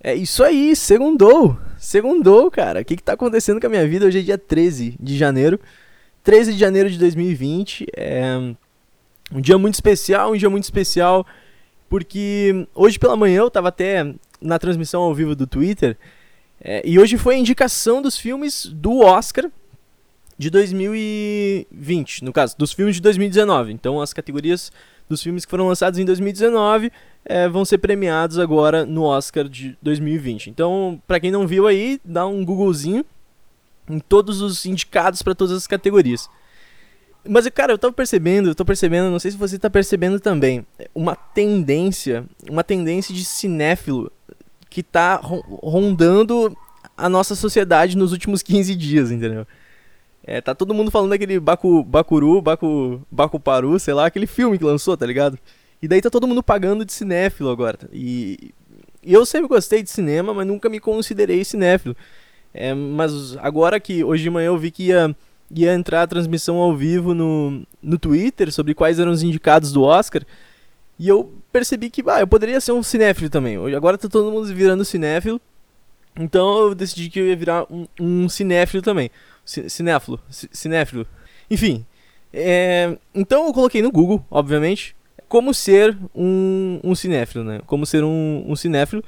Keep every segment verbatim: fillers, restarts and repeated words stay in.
É isso aí, segundou. Segundou, cara. O que que tá acontecendo com a minha vida? Hoje é dia treze de janeiro. treze de janeiro de dois mil e vinte. É um dia muito especial, um dia muito especial. Porque hoje pela manhã eu tava até na transmissão ao vivo do Twitter. É, e hoje foi a indicação dos filmes do Oscar de dois mil e vinte. No caso, dos filmes de dois mil e dezenove. Então as categorias dos filmes que foram lançados em dois mil e dezenove é, vão ser premiados agora no Oscar de dois mil e vinte. Então, pra quem não viu aí, dá um Googlezinho em todos os indicados pra todas as categorias. Mas, cara, eu tô percebendo, eu tô percebendo, não sei se você tá percebendo também, uma tendência, uma tendência de cinéfilo que tá rondando a nossa sociedade nos últimos quinze dias, entendeu? É, tá todo mundo falando daquele Baku, Bakuru, Baku, Bakuparu, sei lá, aquele filme que lançou, tá ligado? E daí tá todo mundo pagando de cinéfilo agora. E, e eu sempre gostei de cinema, mas nunca me considerei cinéfilo. É, mas agora que hoje de manhã eu vi que ia, ia entrar a transmissão ao vivo no, no Twitter sobre quais eram os indicados do Oscar, e eu percebi que ah, eu poderia ser um cinéfilo também. Agora tá todo mundo virando cinéfilo, então eu decidi que eu ia virar um, um cinéfilo também. Cinéfilo, cinéfilo. Enfim, é, então eu coloquei no Google, obviamente, como ser um, um cinéfilo, né? Como ser um, um cinéfilo.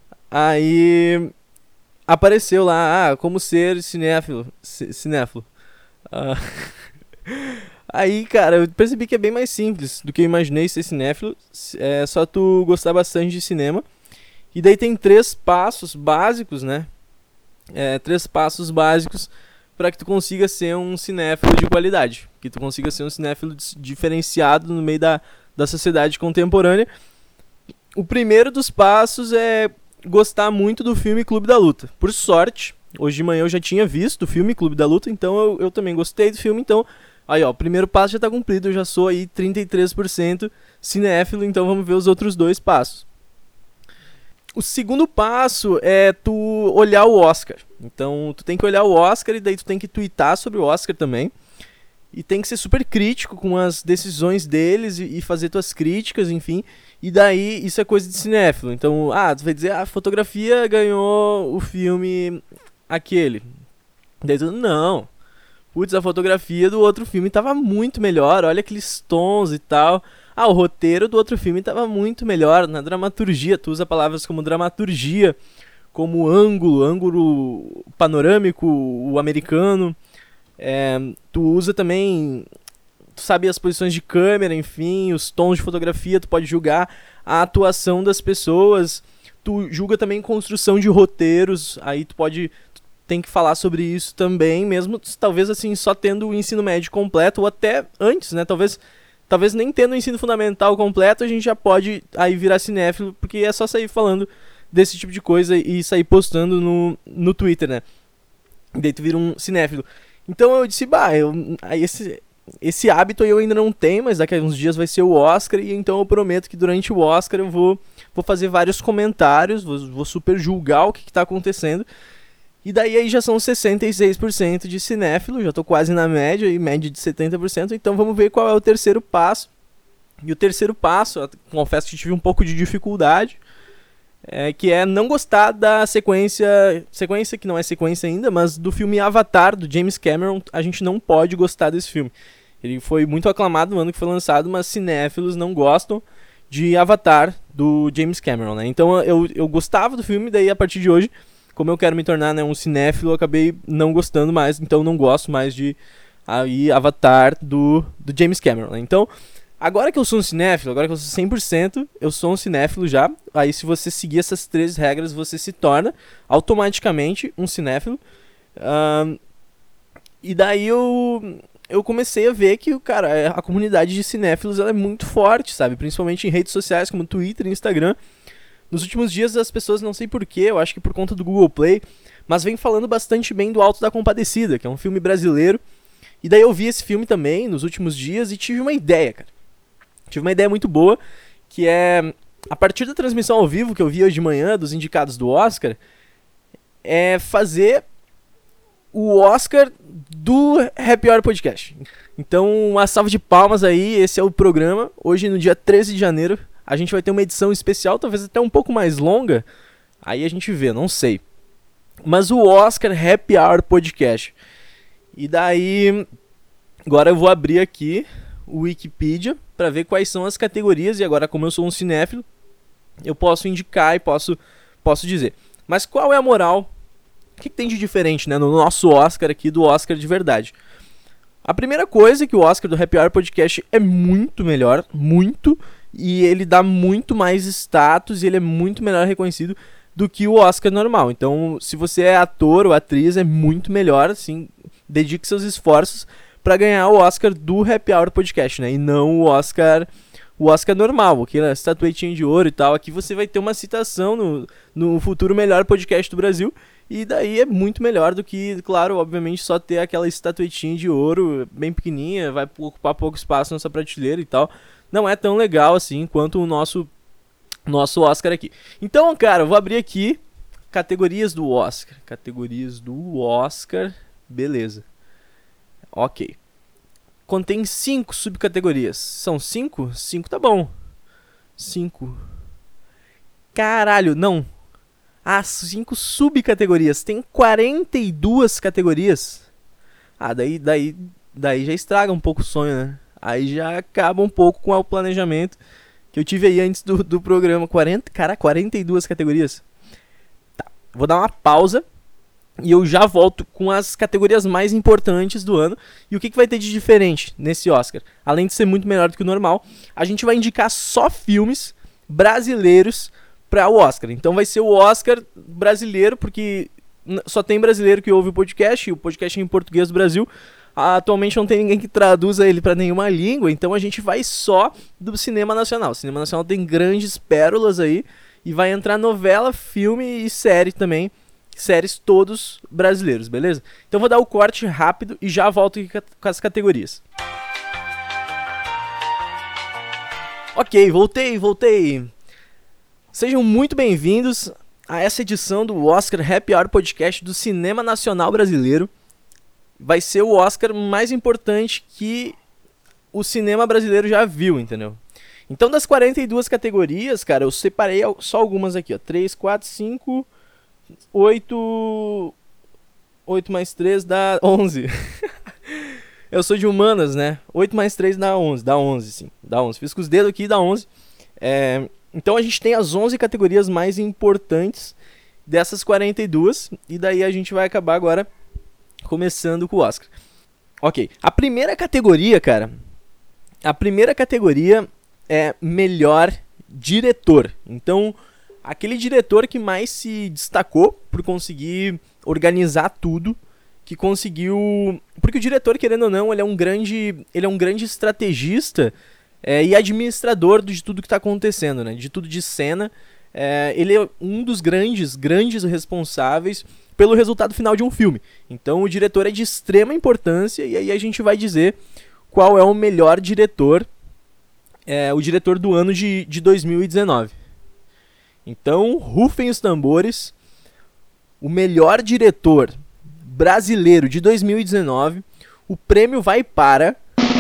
Aí apareceu lá, ah, como ser cinéfilo, c- cinéfilo. Ah, aí, cara, eu percebi que é bem mais simples do que eu imaginei ser cinéfilo. É só tu gostar bastante de cinema. E daí tem três passos básicos, né? É, três passos básicos para que tu consiga ser um cinéfilo de qualidade, que tu consiga ser um cinéfilo diferenciado no meio da, da sociedade contemporânea. O primeiro dos passos é gostar muito do filme Clube da Luta. Por sorte, hoje de manhã eu já tinha visto o filme Clube da Luta, então eu, eu também gostei do filme, então aí ó, o primeiro passo já tá cumprido, eu já sou aí trinta e três por cento cinéfilo, então vamos ver os outros dois passos. O segundo passo é tu olhar o Oscar. Então, tu tem que olhar o Oscar e daí tu tem que twittar sobre o Oscar também. E tem que ser super crítico com as decisões deles e, e fazer tuas críticas, enfim. E daí, isso é coisa de cinéfilo. Então, ah, tu vai dizer, ah, a fotografia ganhou o filme aquele. Daí tu, não. Putz, a fotografia do outro filme tava muito melhor, olha aqueles tons e tal. Ah, o roteiro do outro filme estava muito melhor. Na dramaturgia, tu usa palavras como dramaturgia, como ângulo, ângulo panorâmico, o americano. É, tu usa também, tu sabe as posições de câmera, enfim, os tons de fotografia, tu pode julgar a atuação das pessoas. Tu julga também construção de roteiros, aí tu pode, tu tem que falar sobre isso também, mesmo talvez assim, só tendo o ensino médio completo, ou até antes, né, talvez... Talvez nem tendo o ensino fundamental completo, a gente já pode aí virar cinéfilo, porque é só sair falando desse tipo de coisa e sair postando no, no Twitter, né? E daí tu vira um cinéfilo. Então eu disse, bah, eu, esse, esse hábito eu ainda não tenho, mas daqui a uns dias vai ser o Oscar, e então eu prometo que durante o Oscar eu vou, vou fazer vários comentários, vou, vou super julgar o que, que tá acontecendo. E daí aí já são sessenta e seis por cento de cinéfilo, já tô quase na média, e média de setenta por cento, então vamos ver qual é o terceiro passo. E o terceiro passo, eu confesso que tive um pouco de dificuldade, é, que é não gostar da sequência, sequência que não é sequência ainda, mas do filme Avatar, do James Cameron. A gente não pode gostar desse filme. Ele foi muito aclamado no ano que foi lançado, mas cinéfilos não gostam de Avatar, do James Cameron, né? Então eu, eu gostava do filme, daí a partir de hoje... Como eu quero me tornar, né, um cinéfilo, eu acabei não gostando mais, então não gosto mais de aí, Avatar do, do James Cameron, né? Então, agora que eu sou um cinéfilo, agora que eu sou cem por cento, eu sou um cinéfilo já. Aí se você seguir essas três regras, você se torna automaticamente um cinéfilo. Uh, e daí eu, eu comecei a ver que, cara, a comunidade de cinéfilos ela é muito forte, sabe? Principalmente em redes sociais como Twitter e Instagram. Nos últimos dias as pessoas, não sei porquê, eu acho que por conta do Google Play, mas vem falando bastante bem do Alto da Compadecida, que é um filme brasileiro. E daí eu vi esse filme também nos últimos dias e tive uma ideia, cara. Tive uma ideia muito boa, que é, a partir da transmissão ao vivo que eu vi hoje de manhã, dos indicados do Oscar, é fazer o Oscar do Happy Hour Podcast. Então, uma salva de palmas aí, esse é o programa. Hoje, no dia treze de janeiro, a gente vai ter uma edição especial, talvez até um pouco mais longa, Aí a gente vê, não sei. Mas o Oscar Happy Hour Podcast. E daí, agora eu vou abrir aqui o Wikipedia para ver quais são as categorias. E agora, como eu sou um cinéfilo, eu posso indicar e posso, posso dizer. Mas qual é a moral? O que, que tem de diferente, né, no nosso Oscar aqui do Oscar de verdade? A primeira coisa é que o Oscar do Happy Hour Podcast é muito melhor, muito, e ele dá muito mais status e ele é muito melhor reconhecido do que o Oscar normal. Então, se você é ator ou atriz, é muito melhor, assim, dedique seus esforços para ganhar o Oscar do Happy Hour Podcast, né? E não o Oscar, o Oscar normal, aquela estatuetinha de ouro e tal. Aqui você vai ter uma citação no, no futuro melhor podcast do Brasil. E daí é muito melhor do que, claro, obviamente, só ter aquela estatuetinha de ouro bem pequenininha, vai ocupar pouco espaço nessa prateleira e tal. Não é tão legal assim quanto o nosso, nosso Oscar aqui. Então, cara, eu vou abrir aqui categorias do Oscar. Categorias do Oscar, beleza. Ok. Contém cinco subcategorias. São cinco? Cinco tá bom. Cinco. Caralho, não. Ah, cinco subcategorias. Tem quarenta e duas categorias. Ah, daí, daí, daí já estraga um pouco o sonho, né? Aí já acaba um pouco com o planejamento que eu tive aí antes do, do programa. quarenta, cara, quarenta e duas categorias. Tá, vou dar uma pausa e eu já volto com as categorias mais importantes do ano. E o que, que vai ter de diferente nesse Oscar? Além de ser muito melhor do que o normal, a gente vai indicar só filmes brasileiros para o Oscar. Então vai ser o Oscar brasileiro, porque só tem brasileiro que ouve o podcast, e o podcast é em português do Brasil. Atualmente não tem ninguém que traduza ele para nenhuma língua, então a gente vai só do cinema nacional. O cinema nacional tem grandes pérolas aí, e vai entrar novela, filme e série também, séries todos brasileiros, beleza? Então vou dar o corte rápido e já volto aqui com as categorias. Ok, voltei, voltei. Sejam muito bem-vindos a essa edição do Oscar Happy Hour Podcast do Cinema Nacional Brasileiro. Vai ser o Oscar mais importante que o cinema brasileiro já viu, entendeu? Então, das quarenta e duas categorias, cara, eu separei só algumas aqui, ó. três, quatro, cinco, oito... oito mais três dá onze. Eu sou de humanas, né? oito mais três dá onze. Dá onze, sim. Dá onze. Fiz com os dedos aqui e dá onze. É... Então a gente tem as onze categorias mais importantes dessas quarenta e duas. E daí a gente vai acabar agora começando com o Oscar. Ok. A primeira categoria, cara. A primeira categoria é melhor diretor. Então, aquele diretor que mais se destacou por conseguir organizar tudo. Que conseguiu... Porque o diretor, querendo ou não, ele é um grande, ele é um grande estrategista... É, e administrador de tudo que está acontecendo, né? De tudo de cena. É, ele é um dos grandes, grandes responsáveis pelo resultado final de um filme. Então o diretor é de extrema importância e aí a gente vai dizer qual é o melhor diretor, é, o diretor do ano de, de dois mil e dezenove. Então, rufem os tambores. O melhor diretor brasileiro de dois mil e dezenove, o prêmio vai para...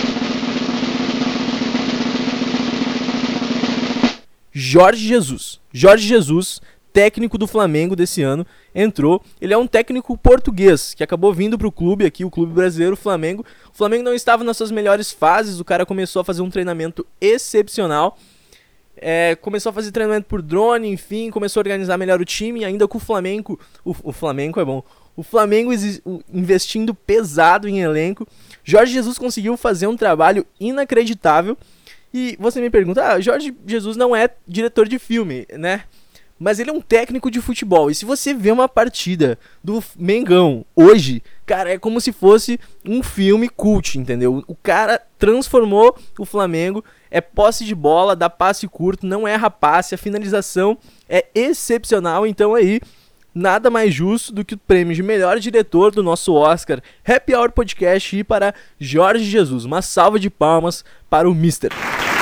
Jorge Jesus. Jorge Jesus, técnico do Flamengo desse ano, entrou. Ele é um técnico português, que acabou vindo para o clube aqui, o clube brasileiro, o Flamengo. O Flamengo não estava nas suas melhores fases, o cara começou a fazer um treinamento excepcional. É, começou a fazer treinamento por drone, enfim, começou a organizar melhor o time, ainda com o Flamengo. O, o Flamengo é bom. O Flamengo investindo pesado em elenco. Jorge Jesus conseguiu fazer um trabalho inacreditável. E você me pergunta, ah, Jorge Jesus não é diretor de filme, né? Mas ele é um técnico de futebol. E se você vê uma partida do Mengão hoje, cara, é como se fosse um filme cult, entendeu? O cara transformou o Flamengo, é posse de bola, dá passe curto, não erra passe, a finalização é excepcional. Então aí, nada mais justo do que o prêmio de melhor diretor do nosso Oscar Happy Hour Podcast ir para Jorge Jesus. Uma salva de palmas para o Mister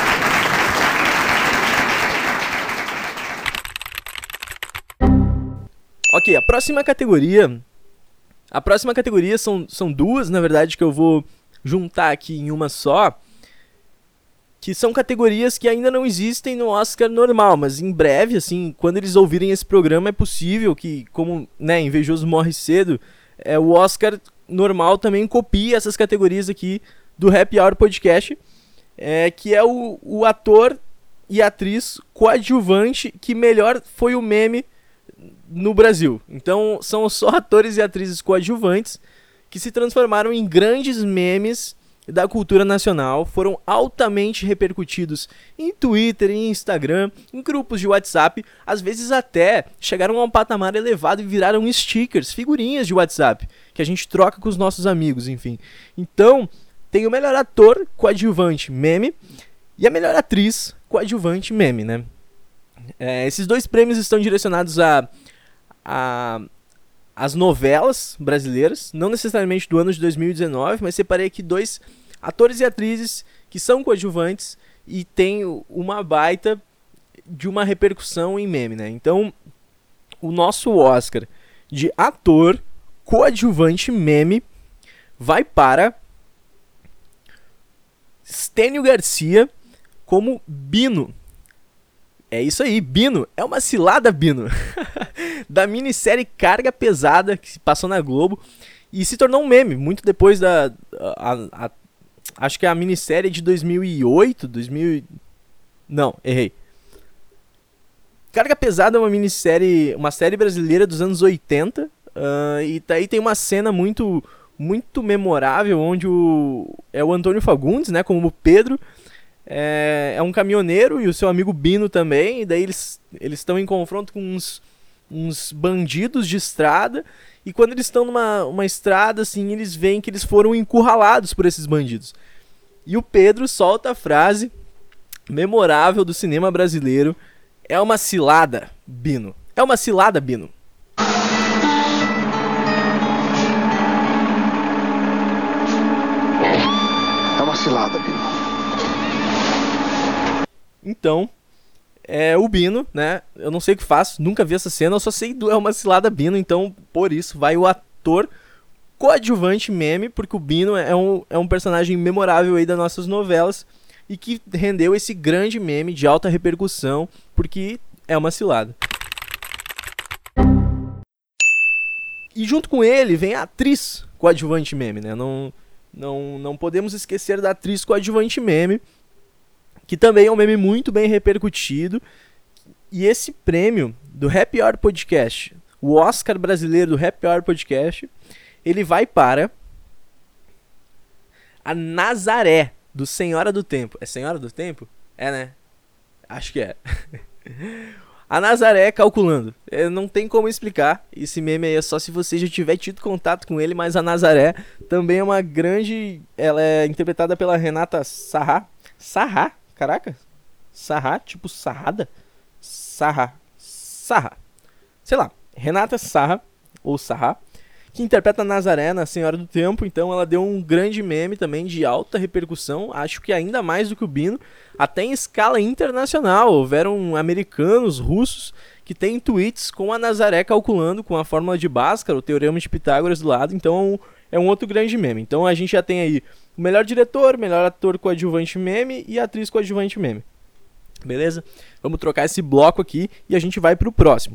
Ok, a próxima categoria... A próxima categoria são, são duas, na verdade, que eu vou juntar aqui em uma só. que são categorias que ainda não existem no Oscar normal, mas em breve, assim, quando eles ouvirem esse programa, é possível que, como, né, Invejoso Morre Cedo, é, o Oscar normal também copie essas categorias aqui do Happy Hour Podcast, é, que é o, o ator e atriz coadjuvante que melhor foi o meme no Brasil. Então, são só atores e atrizes coadjuvantes que se transformaram em grandes memes da cultura nacional, foram altamente repercutidos em Twitter, em Instagram, em grupos de WhatsApp, às vezes até chegaram a um patamar elevado e viraram stickers, figurinhas de WhatsApp, que a gente troca com os nossos amigos, enfim. Então, tem o melhor ator coadjuvante meme e a melhor atriz coadjuvante meme, né? É, esses dois prêmios estão direcionados a, a as novelas brasileiras, não necessariamente do ano de dois mil e dezenove, mas separei aqui dois atores e atrizes que são coadjuvantes e tem uma baita de uma repercussão em meme, né? Então, o nosso Oscar de ator coadjuvante meme vai para Stênio Garcia como Bino. É isso aí, Bino. É uma cilada, Bino. Da minissérie Carga Pesada, que se passou na Globo. E se tornou um meme, muito depois da... A, a, a, acho que a minissérie de dois mil e oito, dois mil... Não, errei. Carga Pesada é uma minissérie, uma série brasileira dos anos oitenta. Uh, e daí tem uma cena muito, muito memorável, onde o, é o Antônio Fagundes, né, como o Pedro... É, é um caminhoneiro e o seu amigo Bino também, e daí eles eles estão em confronto com uns, uns bandidos de estrada, e quando eles estão numa uma estrada, assim, eles veem que eles foram encurralados por esses bandidos. E o Pedro solta a frase memorável do cinema brasileiro: é uma cilada, Bino. É uma cilada, Bino. É uma cilada, Bino. Então, é o Bino, né? Eu não sei o que faço, nunca vi essa cena, eu só sei do É uma cilada, Bino. Então, por isso, vai o ator coadjuvante meme, porque o Bino é um, é um personagem memorável aí das nossas novelas e que rendeu esse grande meme de alta repercussão, porque é uma cilada. E junto com ele vem a atriz coadjuvante meme, né? Não, não, não podemos esquecer da atriz coadjuvante meme, que também é um meme muito bem repercutido. E esse prêmio do Happy Hour Podcast, o Oscar brasileiro do Happy Hour Podcast, ele vai para a Nazaré, do Senhora do Tempo. É Senhora do Tempo? É, né? Acho que é. A Nazaré calculando. É, não tem como explicar. Esse meme aí é só se você já tiver tido contato com ele, mas a Nazaré também é uma grande... Ela é interpretada pela Renata Sarra. Sarra? Caraca, Sarra, tipo Sarrada? Sarra, Sarra. Sei lá, Renata Sarra, ou Sarra, que interpreta a Nazaré na Senhora do Tempo. Então ela deu um grande meme também de alta repercussão, acho que ainda mais do que o Bino, até em escala internacional. Houveram americanos, russos, que têm tweets com a Nazaré calculando com a fórmula de Bhaskara, o teorema de Pitágoras do lado. Então é um outro grande meme. Então a gente já tem aí o melhor diretor, melhor ator coadjuvante meme e atriz coadjuvante meme. Beleza? Vamos trocar esse bloco aqui e a gente vai pro próximo.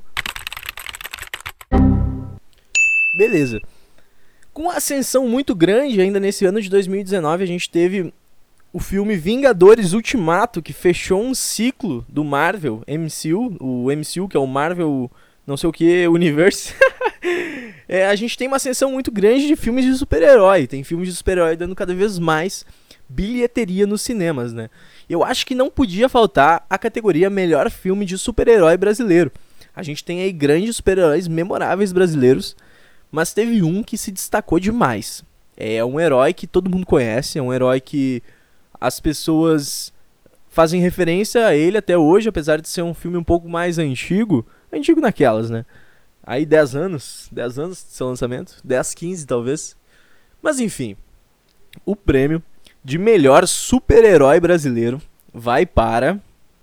Beleza. Com uma ascensão muito grande ainda nesse ano de dois mil e dezenove, a gente teve o filme Vingadores Ultimato, que fechou um ciclo do Marvel M C U, o M C U, que é o Marvel não sei o que Universe. É, a gente tem uma ascensão muito grande de filmes de super-herói. Tem filmes de super-herói dando cada vez mais bilheteria nos cinemas, né? Eu acho que não podia faltar a categoria melhor filme de super-herói brasileiro. A gente tem aí grandes super-heróis memoráveis brasileiros, mas teve um que se destacou demais. É um herói que todo mundo conhece, é um herói que as pessoas fazem referência a ele até hoje, apesar de ser um filme um pouco mais antigo. Antigo naquelas, né? Aí dez anos, dez anos de seu lançamento, dez, quinze talvez. Mas enfim, o prêmio de melhor super-herói brasileiro vai para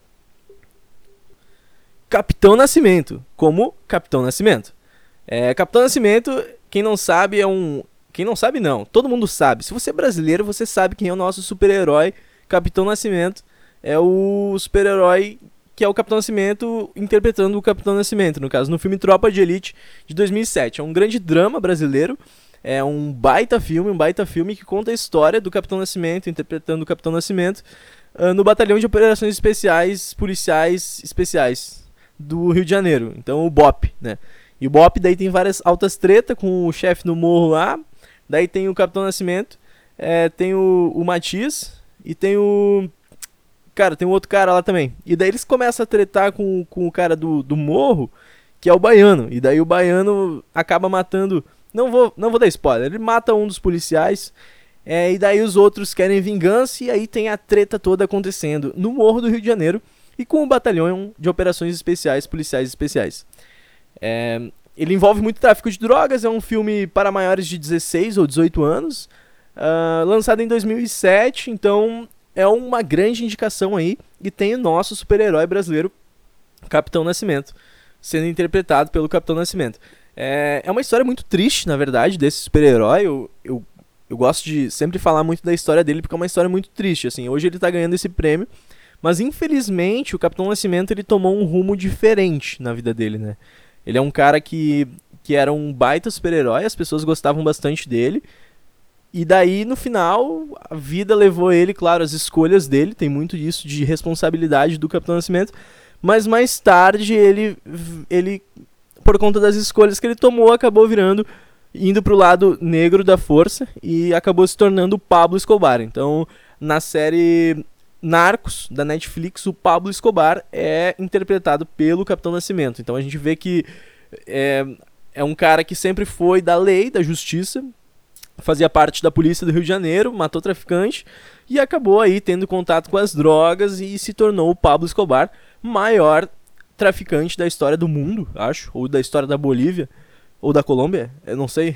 Capitão Nascimento, como Capitão Nascimento. É, Capitão Nascimento, quem não sabe, é um... Quem não sabe, não. Todo mundo sabe. Se você é brasileiro, você sabe quem é o nosso super-herói, Capitão Nascimento. é o super-herói que é o Capitão Nascimento interpretando o Capitão Nascimento, no caso, no filme Tropa de Elite de dois mil e sete. É um grande drama brasileiro, é um baita filme, um baita filme que conta a história do Capitão Nascimento, interpretando o Capitão Nascimento, uh, no Batalhão de Operações Especiais, Policiais Especiais do Rio de Janeiro, então o B O P, né? E o B O P daí tem várias altas tretas com o chefe no morro lá, daí tem o Capitão Nascimento, é, tem o, o Matias e tem o... Cara, tem um outro cara lá também. E daí eles começam a tretar com, com o cara do, do morro, que é o Baiano. E daí o Baiano acaba matando... Não vou, não vou dar spoiler. Ele mata um dos policiais. É, e daí os outros querem vingança. E aí tem a treta toda acontecendo no morro do Rio de Janeiro. E com o batalhão de operações especiais, policiais especiais. É, ele envolve muito tráfico de drogas. É um filme para maiores de dezesseis ou dezoito anos. Uh, lançado em dois mil e sete. Então... é uma grande indicação aí, e tem o nosso super-herói brasileiro, Capitão Nascimento, sendo interpretado pelo Capitão Nascimento. É, é uma história muito triste, na verdade, desse super-herói. Eu, eu, eu gosto de sempre falar muito da história dele, porque é uma história muito triste. Assim. Hoje ele está ganhando esse prêmio, mas infelizmente o Capitão Nascimento ele tomou um rumo diferente na vida dele, né? Ele é um cara que, que era um baita super-herói, as pessoas gostavam bastante dele. E daí, no final, a vida levou ele, claro, as escolhas dele, tem muito disso de responsabilidade do Capitão Nascimento, mas mais tarde ele, ele, por conta das escolhas que ele tomou, acabou virando, indo pro lado negro da força e acabou se tornando o Pablo Escobar. Então, na série Narcos, da Netflix, o Pablo Escobar é interpretado pelo Capitão Nascimento. Então a gente vê que é, é um cara que sempre foi da lei, da justiça, fazia parte da polícia do Rio de Janeiro, matou traficante e acabou aí tendo contato com as drogas e se tornou o Pablo Escobar, maior traficante da história do mundo, acho, ou da história da Bolívia, ou da Colômbia, eu não sei.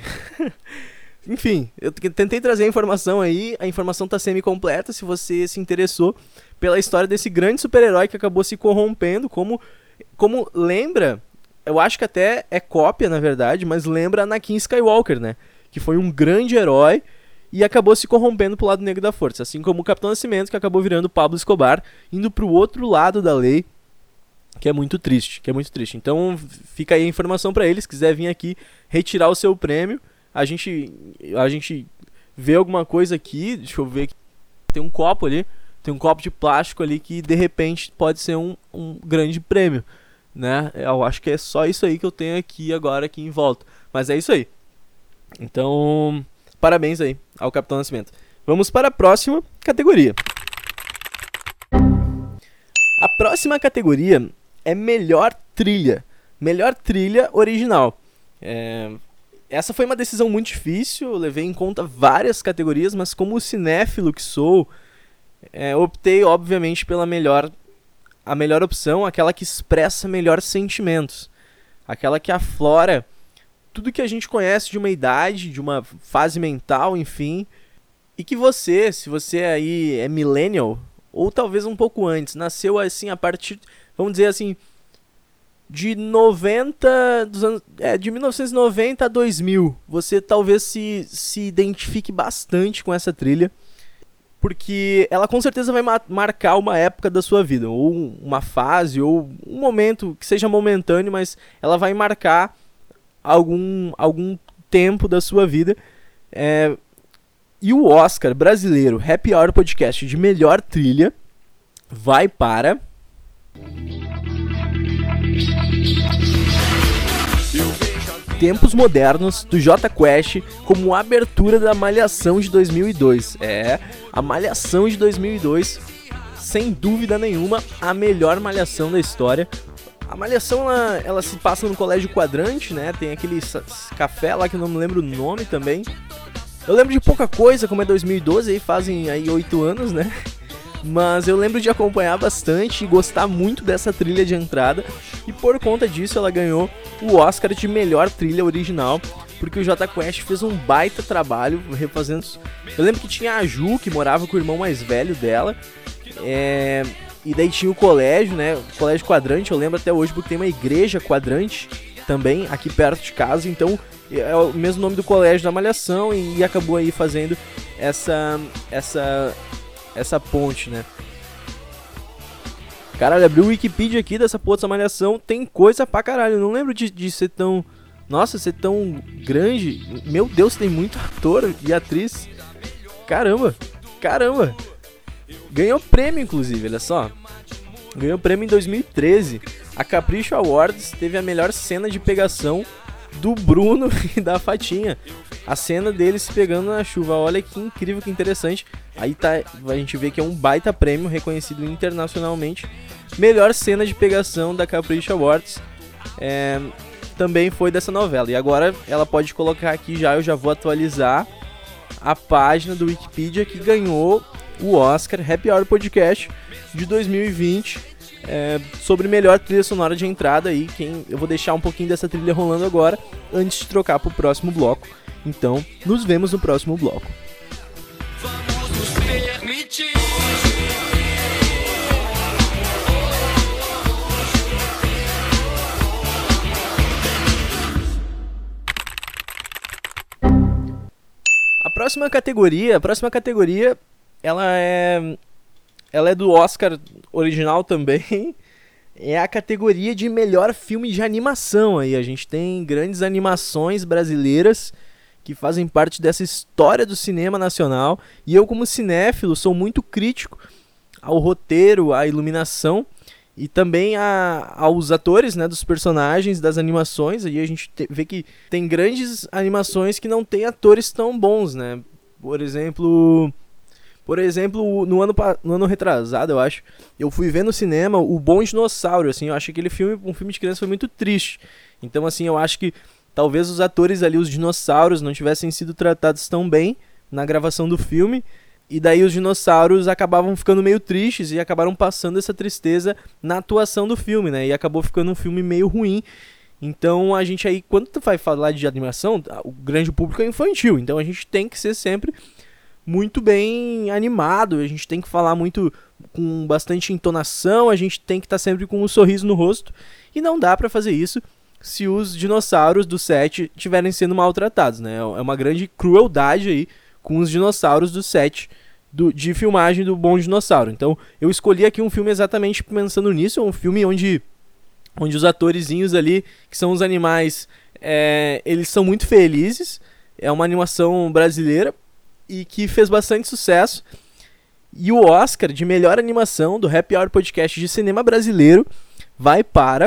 Enfim, eu tentei trazer a informação aí, a informação tá semi-completa, se você se interessou pela história desse grande super-herói que acabou se corrompendo, como, como lembra, eu acho que até é cópia, na verdade, mas lembra Anakin Skywalker, né? Que foi um grande herói e acabou se corrompendo pro lado negro da força, assim como o Capitão Nascimento, que acabou virando Pablo Escobar, indo pro outro lado da lei, que é muito triste, que é muito triste. Então fica aí a informação pra eles, se quiser vir aqui retirar o seu prêmio, a gente, a gente vê alguma coisa aqui, deixa eu ver aqui, tem um copo ali, tem um copo de plástico ali que de repente pode ser um, um grande prêmio, né? Eu acho que é só isso aí que eu tenho aqui agora, aqui em volta, mas é isso aí. Então, parabéns aí ao Capitão Nascimento. Vamos para a próxima categoria. A próxima categoria é melhor trilha. Melhor trilha original. É... Essa foi uma decisão muito difícil, eu levei em conta várias categorias, mas como cinéfilo que sou, é, optei obviamente pela melhor, a melhor opção, aquela que expressa melhor sentimentos. Aquela que aflora tudo que a gente conhece de uma idade, de uma fase mental, enfim, e que você, se você aí é millennial, ou talvez um pouco antes, nasceu assim a partir, vamos dizer assim, de noventa, dos anos, é, de mil novecentos e noventa a dois mil, você talvez se, se identifique bastante com essa trilha, porque ela com certeza vai ma- marcar uma época da sua vida, ou uma fase, ou um momento que seja momentâneo, mas ela vai marcar algum, algum tempo da sua vida. É, e o Oscar brasileiro Happy Hour Podcast de melhor trilha vai para... Tempos Modernos, do Jota Quest, como abertura da Malhação de dois mil e dois. É, a Malhação de dois mil e dois, sem dúvida nenhuma, a melhor Malhação da história. A Malhação, ela, ela se passa no Colégio Quadrante, né? Tem aquele café lá que eu não me lembro o nome também. Eu lembro de pouca coisa, como é dois mil e doze, aí fazem aí oito anos, né? Mas eu lembro de acompanhar bastante e gostar muito dessa trilha de entrada. E por conta disso ela ganhou o Oscar de melhor trilha original, porque o Jota Quest fez um baita trabalho refazendo... Eu lembro que tinha a Ju, que morava com o irmão mais velho dela, é... e daí tinha o colégio, né? O Colégio Quadrante, eu lembro até hoje, porque tem uma igreja Quadrante também aqui perto de casa, então é o mesmo nome do colégio da Malhação, e acabou aí fazendo essa... essa... essa ponte, né? Caralho, abri o Wikipedia aqui dessa porra dessa Malhação, tem coisa pra caralho. Eu não lembro de, de ser tão... Nossa, ser tão grande. Meu Deus, tem muito ator e atriz. Caramba, caramba. Ganhou prêmio, inclusive, olha só. Ganhou prêmio em dois mil e treze. A Capricho Awards teve a melhor cena de pegação do Bruno e da Fatinha. A cena deles se pegando na chuva. Olha que incrível, que interessante. Aí tá, a gente vê que é um baita prêmio reconhecido internacionalmente. Melhor cena de pegação da Capricho Awards. É, também foi dessa novela. E agora ela pode colocar aqui já, eu já vou atualizar a página do Wikipedia que ganhou o Oscar Happy Hour Podcast de dois mil e vinte. É, sobre melhor trilha sonora de entrada aí, quem, eu vou deixar um pouquinho dessa trilha rolando agora, antes de trocar pro próximo bloco. Então, nos vemos no próximo bloco. Vamos nos permitir. A próxima categoria, a próxima categoria, ela é... Ela é do Oscar original também. É a categoria de melhor filme de animação. Aí a gente tem grandes animações brasileiras que fazem parte dessa história do cinema nacional. E eu, como cinéfilo, sou muito crítico ao roteiro, à iluminação e também a, aos atores, né, dos personagens, das animações. Aí a gente te, vê que tem grandes animações que não tem atores tão bons, né? Por exemplo... Por exemplo, no ano, no ano retrasado, eu acho, eu fui ver no cinema O Bom Dinossauro, assim, eu acho que aquele filme, um filme de criança, foi muito triste. Então, assim, eu acho que talvez os atores ali, os dinossauros, não tivessem sido tratados tão bem na gravação do filme, e daí os dinossauros acabavam ficando meio tristes e acabaram passando essa tristeza na atuação do filme, né, e acabou ficando um filme meio ruim. Então, a gente aí, quando tu vai falar de animação, o grande público é infantil, então a gente tem que ser sempre... muito bem animado, a gente tem que falar muito com bastante entonação, a gente tem que estar tá sempre com um sorriso no rosto, e não dá pra fazer isso se os dinossauros do set estiverem sendo maltratados, né? É uma grande crueldade aí com os dinossauros do set do, de filmagem do Bom Dinossauro. Então eu escolhi aqui um filme exatamente pensando nisso, é um filme onde, onde os atorizinhos ali, que são os animais, é, eles são muito felizes, é uma animação brasileira, e que fez bastante sucesso. E o Oscar de melhor animação do Happy Hour Podcast de cinema brasileiro vai para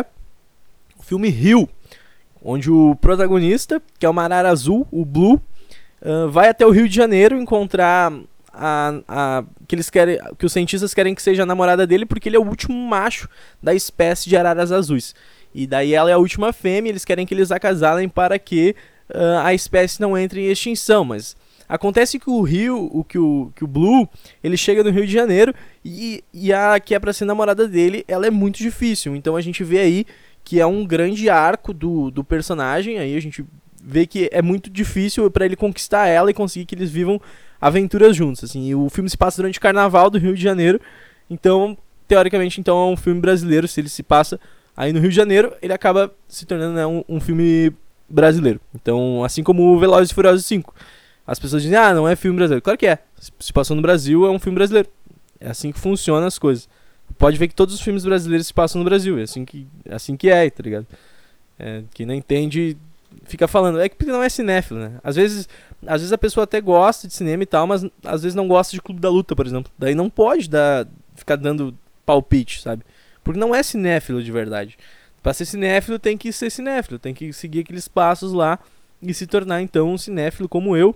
o filme Rio, onde o protagonista, que é o Arara Azul, o Blue, uh, vai até o Rio de Janeiro encontrar a, a, que, eles querem, que os cientistas querem que seja a namorada dele, porque ele é o último macho da espécie de araras azuis. E daí ela é a última fêmea, eles querem que eles acasalem para que uh, a espécie não entre em extinção, mas... Acontece que o Rio, o, que, o, que o Blue, ele chega no Rio de Janeiro e, e a que é pra ser namorada dele, ela é muito difícil. Então a gente vê aí que é um grande arco do, do personagem, aí a gente vê que é muito difícil pra ele conquistar ela e conseguir que eles vivam aventuras juntos, assim. E o filme se passa durante o Carnaval do Rio de Janeiro, então, teoricamente, então é um filme brasileiro. Se ele se passa aí no Rio de Janeiro, ele acaba se tornando, né, um, um filme brasileiro. Então, assim como o Velozes e Furiosos cinco. As pessoas dizem, ah, não é filme brasileiro. Claro que é. Se passou no Brasil, é um filme brasileiro. É assim que funcionam as coisas. Pode ver que todos os filmes brasileiros se passam no Brasil. É assim que, assim que é, tá ligado? É, quem não entende, fica falando. É que não é cinéfilo, né? Às vezes, às vezes a pessoa até gosta de cinema e tal, mas às vezes não gosta de Clube da Luta, por exemplo. Daí não pode dar, ficar dando palpite, sabe? Porque não é cinéfilo de verdade. Pra ser cinéfilo, tem que ser cinéfilo. Tem que seguir aqueles passos lá e se tornar, então, um cinéfilo como eu.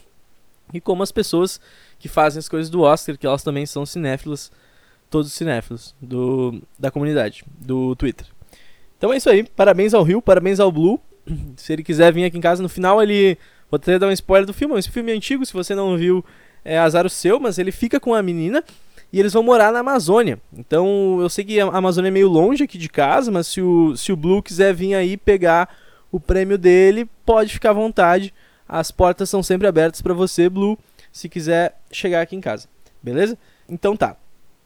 E como as pessoas que fazem as coisas do Oscar, que elas também são cinéfilos, todos cinéfilos do, da comunidade, do Twitter. Então é isso aí, parabéns ao Rio, parabéns ao Blue. Se ele quiser vir aqui em casa, no final ele... Vou até dar um spoiler do filme, esse filme é antigo, se você não viu, é azar o seu, mas ele fica com a menina e eles vão morar na Amazônia. Então eu sei que a Amazônia é meio longe aqui de casa, mas se o, se o Blue quiser vir aí pegar o prêmio dele, pode ficar à vontade. As portas são sempre abertas para você, Blue, se quiser chegar aqui em casa. Beleza? Então tá.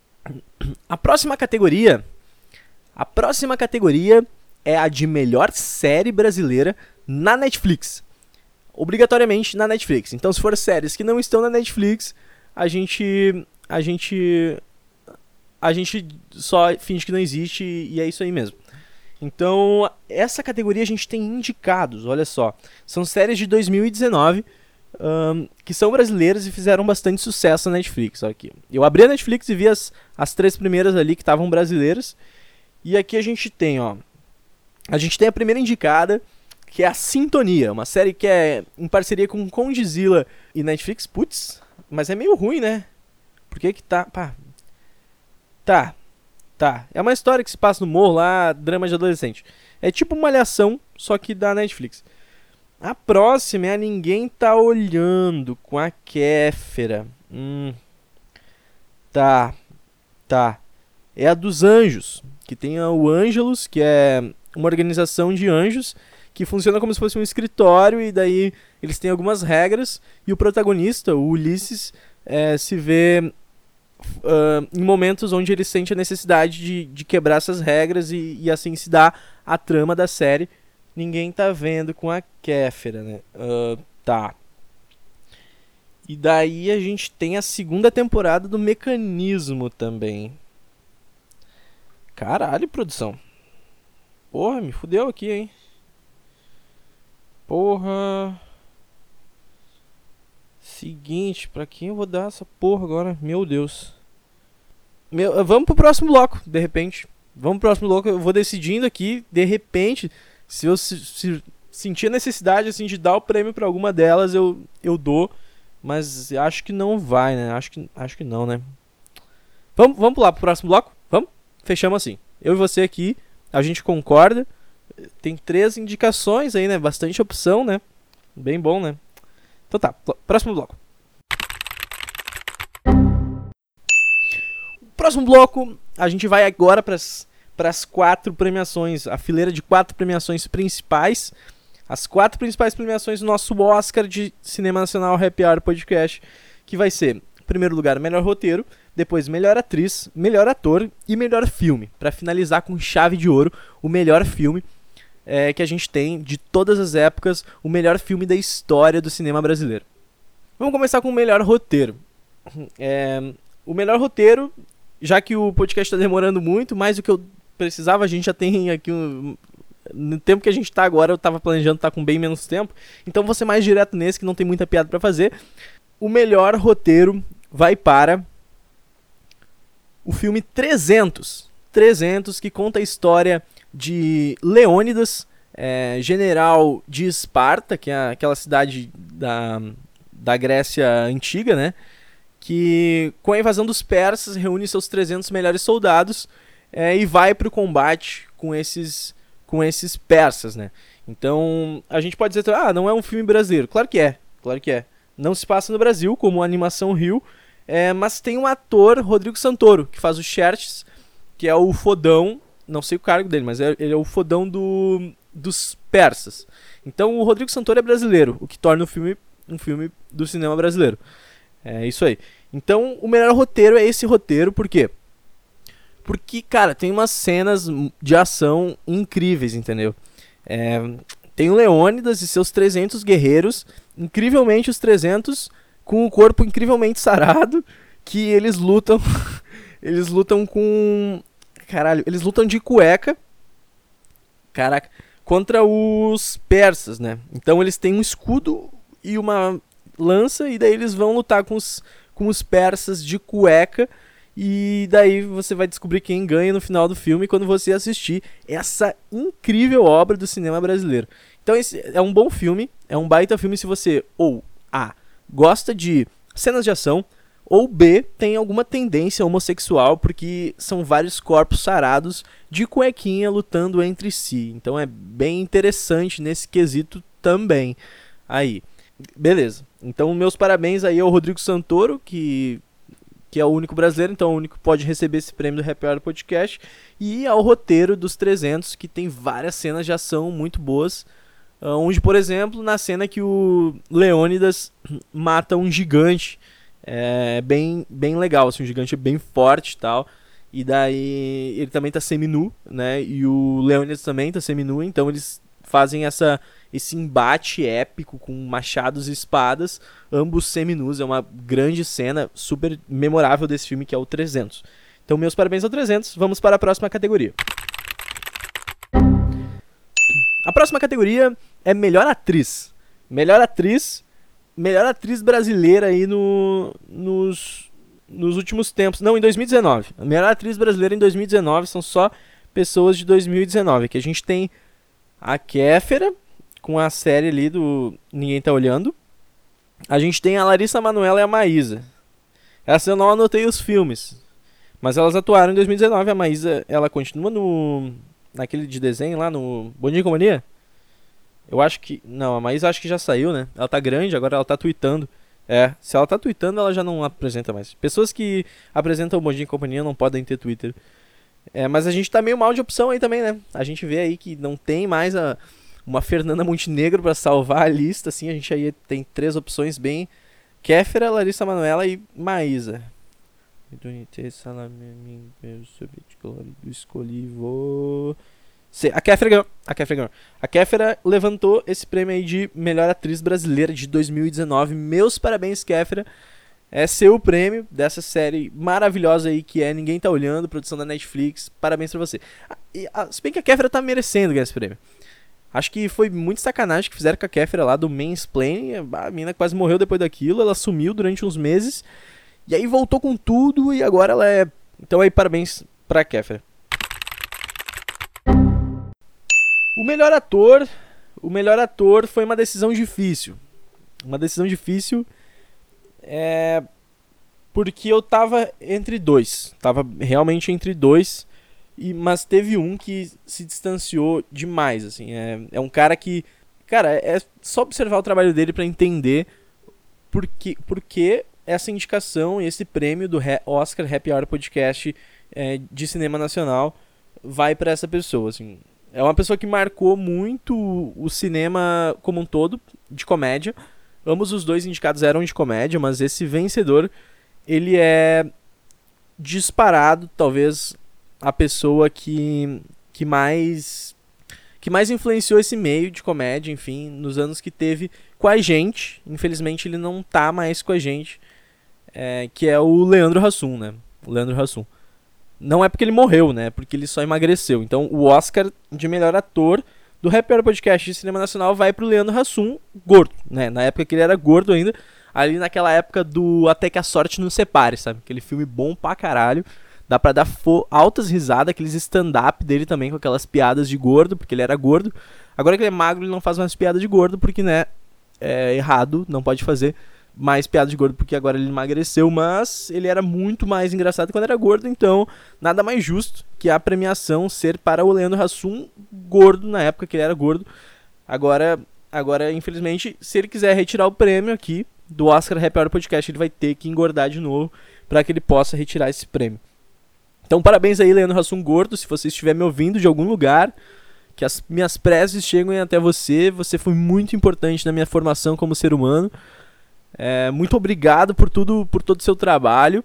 A próxima categoria... A próxima categoria é a de melhor série brasileira na Netflix. Obrigatoriamente na Netflix. Então, se for séries que não estão na Netflix, a gente... A gente... a gente só finge que não existe e é isso aí mesmo. Então, essa categoria a gente tem indicados, olha só. São séries de dois mil e dezenove, um, que são brasileiras e fizeram bastante sucesso na Netflix. Olha aqui. Eu abri a Netflix e vi as, as três primeiras ali que estavam brasileiras. E aqui a gente tem, ó. A gente tem a primeira indicada, que é a Sintonia, uma série que é em parceria com Condzilla e Netflix. Putz, mas é meio ruim, né? Por que que tá... Pá. Tá, tá. É uma história que se passa no morro lá, drama de adolescente. É tipo uma Malhação, só que da Netflix. A próxima é a Ninguém Tá Olhando, com a Kéfera. Hum. Tá, tá. É a dos Anjos, que tem o Ângelos, que é uma organização de anjos, que funciona como se fosse um escritório, e daí eles têm algumas regras, e o protagonista, o Ulisses, é, se vê uh, em momentos onde ele sente a necessidade de, de quebrar essas regras, e, e assim se dá a trama da série. Ninguém Tá Vendo, com a Kéfera, né? Uh, tá. E daí a gente tem a segunda temporada do Mecanismo também. Caralho, produção. Porra, me fudeu aqui, hein? Porra. Seguinte, pra quem eu vou dar essa porra agora? Meu Deus. Meu, vamos pro próximo bloco, de repente. Vamos pro próximo bloco, eu vou decidindo aqui, de repente, se eu se, se sentir a necessidade assim, de dar o prêmio pra alguma delas, eu, eu dou. Mas acho que não vai, né? Acho que, acho que não, né? Vamos, vamos pular pro próximo bloco? Vamos? Fechamos assim. Eu e você aqui, a gente concorda. Tem três indicações aí, né? Bastante opção, né? Bem bom, né? Então tá, próximo bloco. Próximo bloco, a gente vai agora para as quatro premiações, a fileira de quatro premiações principais. As quatro principais premiações do nosso Oscar de Cinema Nacional Happy Hour Podcast, que vai ser, em primeiro lugar, melhor roteiro, depois melhor atriz, melhor ator e melhor filme, para finalizar com chave de ouro o melhor filme é, que a gente tem de todas as épocas, o melhor filme da história do cinema brasileiro. Vamos começar com o melhor roteiro. É, o melhor roteiro, já que o podcast está demorando muito, mais do que eu precisava, a gente já tem aqui um... No tempo que a gente tá agora, eu tava planejando estar tá com bem menos tempo. Então vou ser mais direto nesse, que não tem muita piada pra fazer. O melhor roteiro vai para o filme trezentos. trezentos, que conta a história de Leônidas, é, general de Esparta, que é aquela cidade da, da Grécia antiga, né? Que com a invasão dos persas reúne seus trezentos melhores soldados é, e vai pro combate com esses... com esses persas, né? Então, a gente pode dizer, ah, não é um filme brasileiro. Claro que é, claro que é. Não se passa no Brasil, como a Animação Rio, é, mas tem um ator, Rodrigo Santoro, que faz o Xerxes, que é o fodão, não sei o cargo dele, mas é, ele é o fodão do, dos persas. Então, o Rodrigo Santoro é brasileiro, o que torna o filme um filme do cinema brasileiro. É isso aí. Então, o melhor roteiro é esse roteiro, por quê? Porque, cara, tem umas cenas de ação incríveis, entendeu? É, tem o Leônidas e seus trezentos guerreiros, incrivelmente os trezentos, com o corpo incrivelmente sarado, que eles lutam... eles lutam com... Caralho, eles lutam de cueca, caraca, contra os persas, né? Então eles têm um escudo e uma lança, e daí eles vão lutar com os, com os persas de cueca. E daí você vai descobrir quem ganha no final do filme quando você assistir essa incrível obra do cinema brasileiro. Então esse é um bom filme, é um baita filme se você ou A, gosta de cenas de ação, ou B, tem alguma tendência homossexual, porque são vários corpos sarados de cuequinha lutando entre si. Então é bem interessante nesse quesito também. Aí, beleza. Então meus parabéns aí ao Rodrigo Santoro, que... que é o único brasileiro, então é o único que pode receber esse prêmio do Happy Hour Podcast, e ao roteiro dos trezentos, que tem várias cenas de ação muito boas, onde, por exemplo, na cena que o Leônidas mata um gigante, é bem, bem legal, assim, um gigante bem forte e tal, e daí ele também tá semi-nu, né, e o Leônidas também tá semi-nu, então eles fazem essa, esse embate épico com machados e espadas, ambos seminus. É uma grande cena super memorável desse filme, que é o trezentos. Então, meus parabéns ao trezentos. Vamos para a próxima categoria. A próxima categoria é Melhor Atriz. Melhor Atriz, melhor atriz brasileira aí no, nos, nos últimos tempos. Não, em dois mil e dezenove. A melhor atriz brasileira em dois mil e dezenove são só pessoas de dois mil e dezenove. Aqui a gente tem a Kéfera, com a série ali do Ninguém Tá Olhando. A gente tem a Larissa Manoela e a Maísa. Essa eu não anotei os filmes, mas elas atuaram em dois mil e dezenove. A Maísa, ela continua no naquele de desenho lá no Bom Dia e Companhia? Eu acho que... Não, a Maísa acho que já saiu, né? Ela tá grande, agora ela tá tweetando. É, se ela tá tweetando, ela já não apresenta mais. Pessoas que apresentam o Bom Dia e Companhia não podem ter Twitter. É, mas a gente tá meio mal de opção aí também, né? A gente vê aí que não tem mais a, uma Fernanda Montenegro pra salvar a lista, assim. A gente aí tem três opções bem... Kéfera, Larissa Manoela e Maísa. Escolhi, vou... A Kéfera ganhou. A Kéfera ganhou. A Kéfera levantou esse prêmio aí de melhor atriz brasileira de dois mil e dezenove. Meus parabéns, Kéfera. É seu prêmio dessa série maravilhosa aí que é Ninguém Tá Olhando, produção da Netflix. Parabéns pra você. E, a, se bem que a Kéfera tá merecendo ganhar esse prêmio. Acho que foi muito sacanagem que fizeram com a Kéfera lá do Mansplaining. A menina quase morreu depois daquilo. Ela sumiu durante uns meses. E aí voltou com tudo e agora ela é... Então aí, parabéns pra Kéfera. O melhor ator, o melhor ator foi uma decisão difícil. Uma decisão difícil é porque eu tava entre dois. Tava realmente entre dois, e, mas teve um que se distanciou demais. Assim. É, é um cara que... Cara, é só observar o trabalho dele pra entender por que, por que essa indicação e esse prêmio do Oscar Happy Hour Podcast é, de cinema nacional vai pra essa pessoa, assim... É uma pessoa que marcou muito o cinema como um todo, de comédia. Ambos os dois indicados eram de comédia, mas esse vencedor, ele é disparado, talvez, a pessoa que, que, mais, que mais influenciou esse meio de comédia, enfim, nos anos que teve com a gente. Infelizmente, ele não tá mais com a gente, é, que é o Leandro Hassum, né? O Leandro Hassum. Não é porque ele morreu, né? Porque ele só emagreceu. Então, o Oscar de melhor ator do Happy Hour Podcast de Cinema Nacional vai pro Leandro Hassum, gordo, né? Na época que ele era gordo ainda. Ali naquela época do Até que a Sorte Nos Separe, sabe? Aquele filme bom pra caralho. Dá pra dar fo- altas risadas, aqueles stand-up dele também, com aquelas piadas de gordo, porque ele era gordo. Agora que ele é magro, ele não faz mais piada de gordo, porque, né? É errado, não pode fazer mais piada de gordo porque agora ele emagreceu, mas ele era muito mais engraçado quando era gordo, então nada mais justo que a premiação ser para o Leandro Hassum gordo na época que ele era gordo. Agora, agora infelizmente, se ele quiser retirar o prêmio aqui do Oscar Happy Hour Podcast, ele vai ter que engordar de novo para que ele possa retirar esse prêmio. Então parabéns aí, Leandro Hassum gordo, se você estiver me ouvindo de algum lugar, que as minhas preces cheguem até você, você foi muito importante na minha formação como ser humano. É, muito obrigado por tudo, por todo o seu trabalho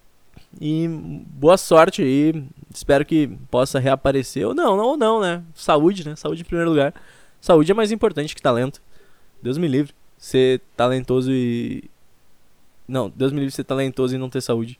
e boa sorte aí. Espero que possa reaparecer ou não, não ou não, né? Saúde, né? Saúde em primeiro lugar. Saúde é mais importante que talento. Deus me livre ser talentoso e... Não, Deus me livre ser talentoso e não ter saúde.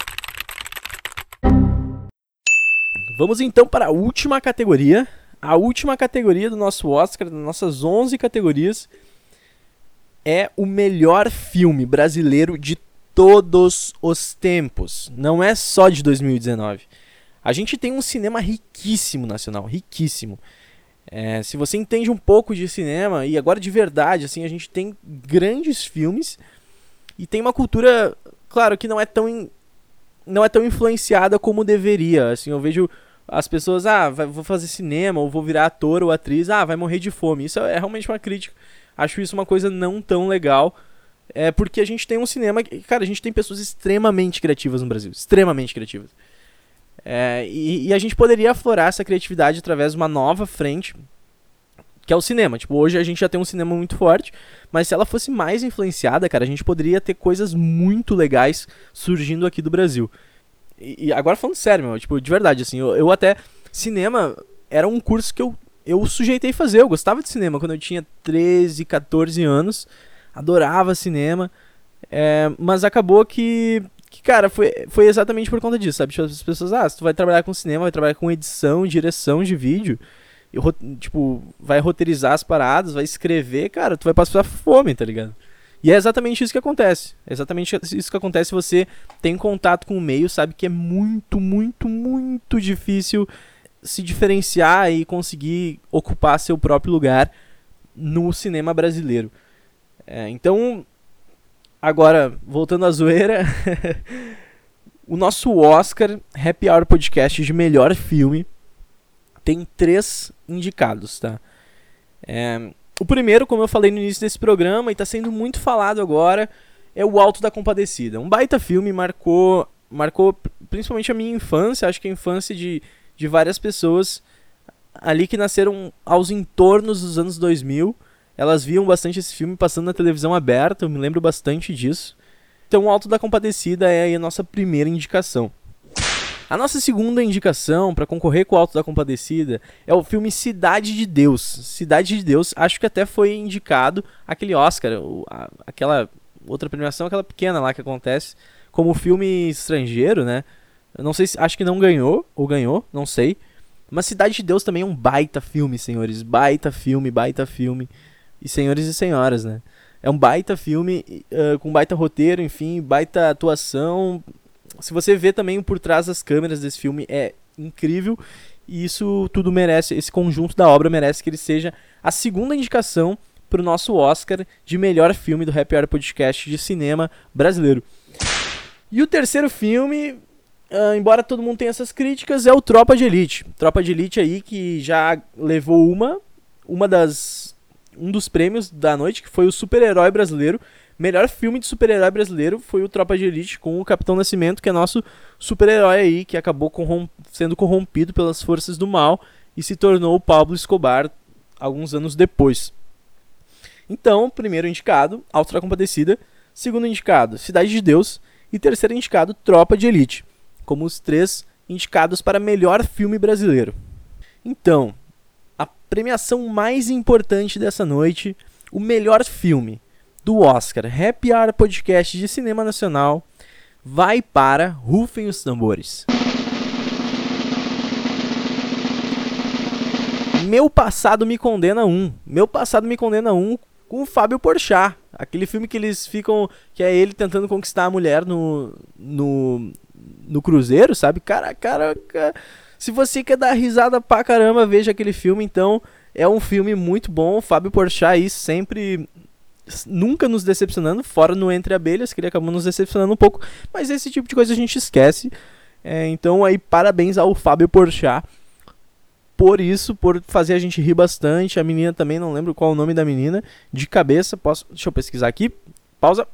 Vamos então para a última categoria. A última categoria do nosso Oscar, das nossas onze categorias, é o melhor filme brasileiro de todos os tempos. Não é só de dois mil e dezenove. A gente tem um cinema riquíssimo nacional, riquíssimo. É, se você entende um pouco de cinema, e agora de verdade, assim, a gente tem grandes filmes e tem uma cultura, claro, que não é tão, in, não é tão influenciada como deveria. Assim, eu vejo as pessoas, ah, vai, vou fazer cinema, ou vou virar ator ou atriz, ah, vai morrer de fome. Isso é realmente uma crítica. Acho isso uma coisa não tão legal, é porque a gente tem um cinema... Cara, a gente tem pessoas extremamente criativas no Brasil, extremamente criativas. É, e, e a gente poderia aflorar essa criatividade através de uma nova frente, que é o cinema. Tipo, hoje a gente já tem um cinema muito forte, mas se ela fosse mais influenciada, cara, a gente poderia ter coisas muito legais surgindo aqui do Brasil. E, e agora falando sério, meu, tipo, de verdade, assim, eu, eu até... Cinema era um curso que eu... Eu sujeitei fazer, eu gostava de cinema quando eu tinha treze, catorze anos, adorava cinema, é, mas acabou que, Que, cara, foi, foi exatamente por conta disso, sabe? Tipo, as pessoas, ah, se tu vai trabalhar com cinema, vai trabalhar com edição, direção de vídeo, e, tipo, vai roteirizar as paradas, vai escrever, cara, tu vai passar fome, tá ligado? E é exatamente isso que acontece. É exatamente isso que acontece se você tem contato com o meio, sabe que é muito, muito, muito difícil se diferenciar e conseguir ocupar seu próprio lugar no cinema brasileiro. É, então, agora, voltando à zoeira, o nosso Oscar Happy Hour Podcast de melhor filme tem três indicados, tá? É... O primeiro, como eu falei no início desse programa, e está sendo muito falado agora, é o Alto da Compadecida. Um baita filme, marcou, marcou principalmente a minha infância, acho que a infância de, de várias pessoas ali que nasceram aos entornos dos anos dois mil. Elas viam bastante esse filme passando na televisão aberta, eu me lembro bastante disso. Então o Alto da Compadecida é a nossa primeira indicação. A nossa segunda indicação para concorrer com o Alto da Compadecida é o filme Cidade de Deus. Cidade de Deus, acho que até foi indicado aquele Oscar, a, aquela outra premiação, aquela pequena lá que acontece, como filme estrangeiro, né? Eu não sei se, acho que não ganhou, ou ganhou, não sei. Mas Cidade de Deus também é um baita filme, senhores. Baita filme, baita filme. E senhores e senhoras, né? É um baita filme, uh, com baita roteiro, enfim, baita atuação. Se você vê também por trás das câmeras desse filme, é incrível. E isso tudo merece, esse conjunto da obra merece que ele seja a segunda indicação para o nosso Oscar de melhor filme do Happy Hour Podcast de cinema brasileiro. E o terceiro filme, uh, embora todo mundo tenha essas críticas, é o Tropa de Elite. Tropa de Elite aí que já levou uma, uma das, um dos prêmios da noite, que foi o super-herói brasileiro. Melhor filme de super-herói brasileiro foi o Tropa de Elite, com o Capitão Nascimento, que é nosso super-herói aí, que acabou corrom- sendo corrompido pelas forças do mal e se tornou o Pablo Escobar alguns anos depois. Então, primeiro indicado, Alto da Compadecida. Segundo indicado, Cidade de Deus. E terceiro indicado, Tropa de Elite, como os três indicados para melhor filme brasileiro. Então, a premiação mais importante dessa noite, o melhor filme do Oscar Happy Hour Podcast de Cinema Nacional, vai para Rufem os Tambores. Meu Passado Me Condena um. Meu Passado Me Condena um com o Fábio Porchat. Aquele filme que eles ficam... Que é ele tentando conquistar a mulher no... No, no cruzeiro, sabe? Cara, cara, cara... Se você quer dar risada pra caramba, veja aquele filme. Então, é um filme muito bom. O Fábio Porchat aí sempre... Nunca nos decepcionando, fora no Entre Abelhas, que ele acabou nos decepcionando um pouco. Mas esse tipo de coisa a gente esquece. É, então, aí, parabéns ao Fábio Porchat por isso, por fazer a gente rir bastante. A menina também, não lembro qual é o nome da menina. De cabeça, posso... Deixa eu pesquisar aqui. Pausa.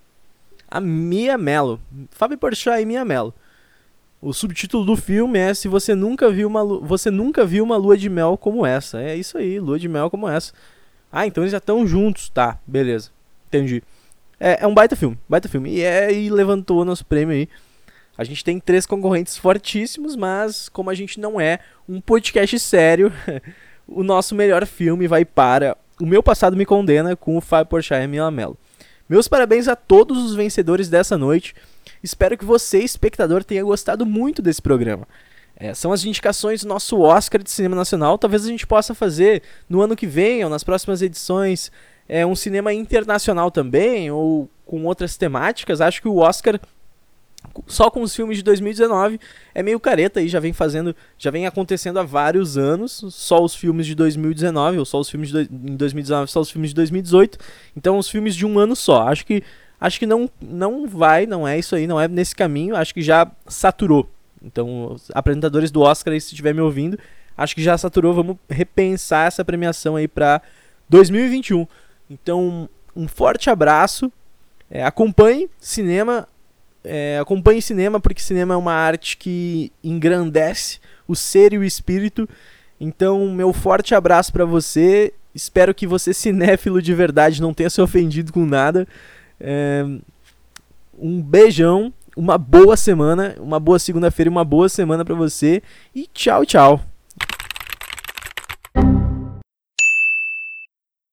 A Mia Mello. Fábio Porchat e Mia Mello. O subtítulo do filme é Se você nunca viu uma, lu... você nunca viu uma lua de mel como essa. É isso aí, lua de mel como essa. Ah, então eles já estão juntos. Tá, beleza. Entendi. É, é um baita filme, baita filme. E, é, e levantou o nosso prêmio aí. A gente tem três concorrentes fortíssimos, mas como a gente não é um podcast sério, o nosso melhor filme vai para O Meu Passado Me Condena, com o Fábio Porchat e a Mia Mello. Meus parabéns a todos os vencedores dessa noite. Espero que você, espectador, tenha gostado muito desse programa. É, são as indicações do nosso Oscar de Cinema Nacional. Talvez a gente possa fazer no ano que vem ou nas próximas edições é, um cinema internacional também, ou com outras temáticas. Acho que o Oscar... Só com os filmes de dois mil e dezenove é meio careta e já vem fazendo, já vem acontecendo há vários anos. Só os filmes de dois mil e dezenove, ou só os filmes de do... em dois mil e dezenove, só os filmes de dois mil e dezoito. Então os filmes de um ano só. Acho que, acho que não, não vai, não é isso aí, não é nesse caminho. Acho que já saturou. Então, os apresentadores do Oscar aí, se estiver me ouvindo, acho que já saturou. Vamos repensar essa premiação aí para dois mil e vinte e um. Então, um forte abraço. É, acompanhe cinema. É, acompanhe cinema, porque cinema é uma arte que engrandece o ser e o espírito. Então, meu forte abraço para você. Espero que você, cinéfilo de verdade, não tenha se ofendido com nada. É, um beijão, uma boa semana, uma boa segunda-feira e uma boa semana para você. E tchau, tchau.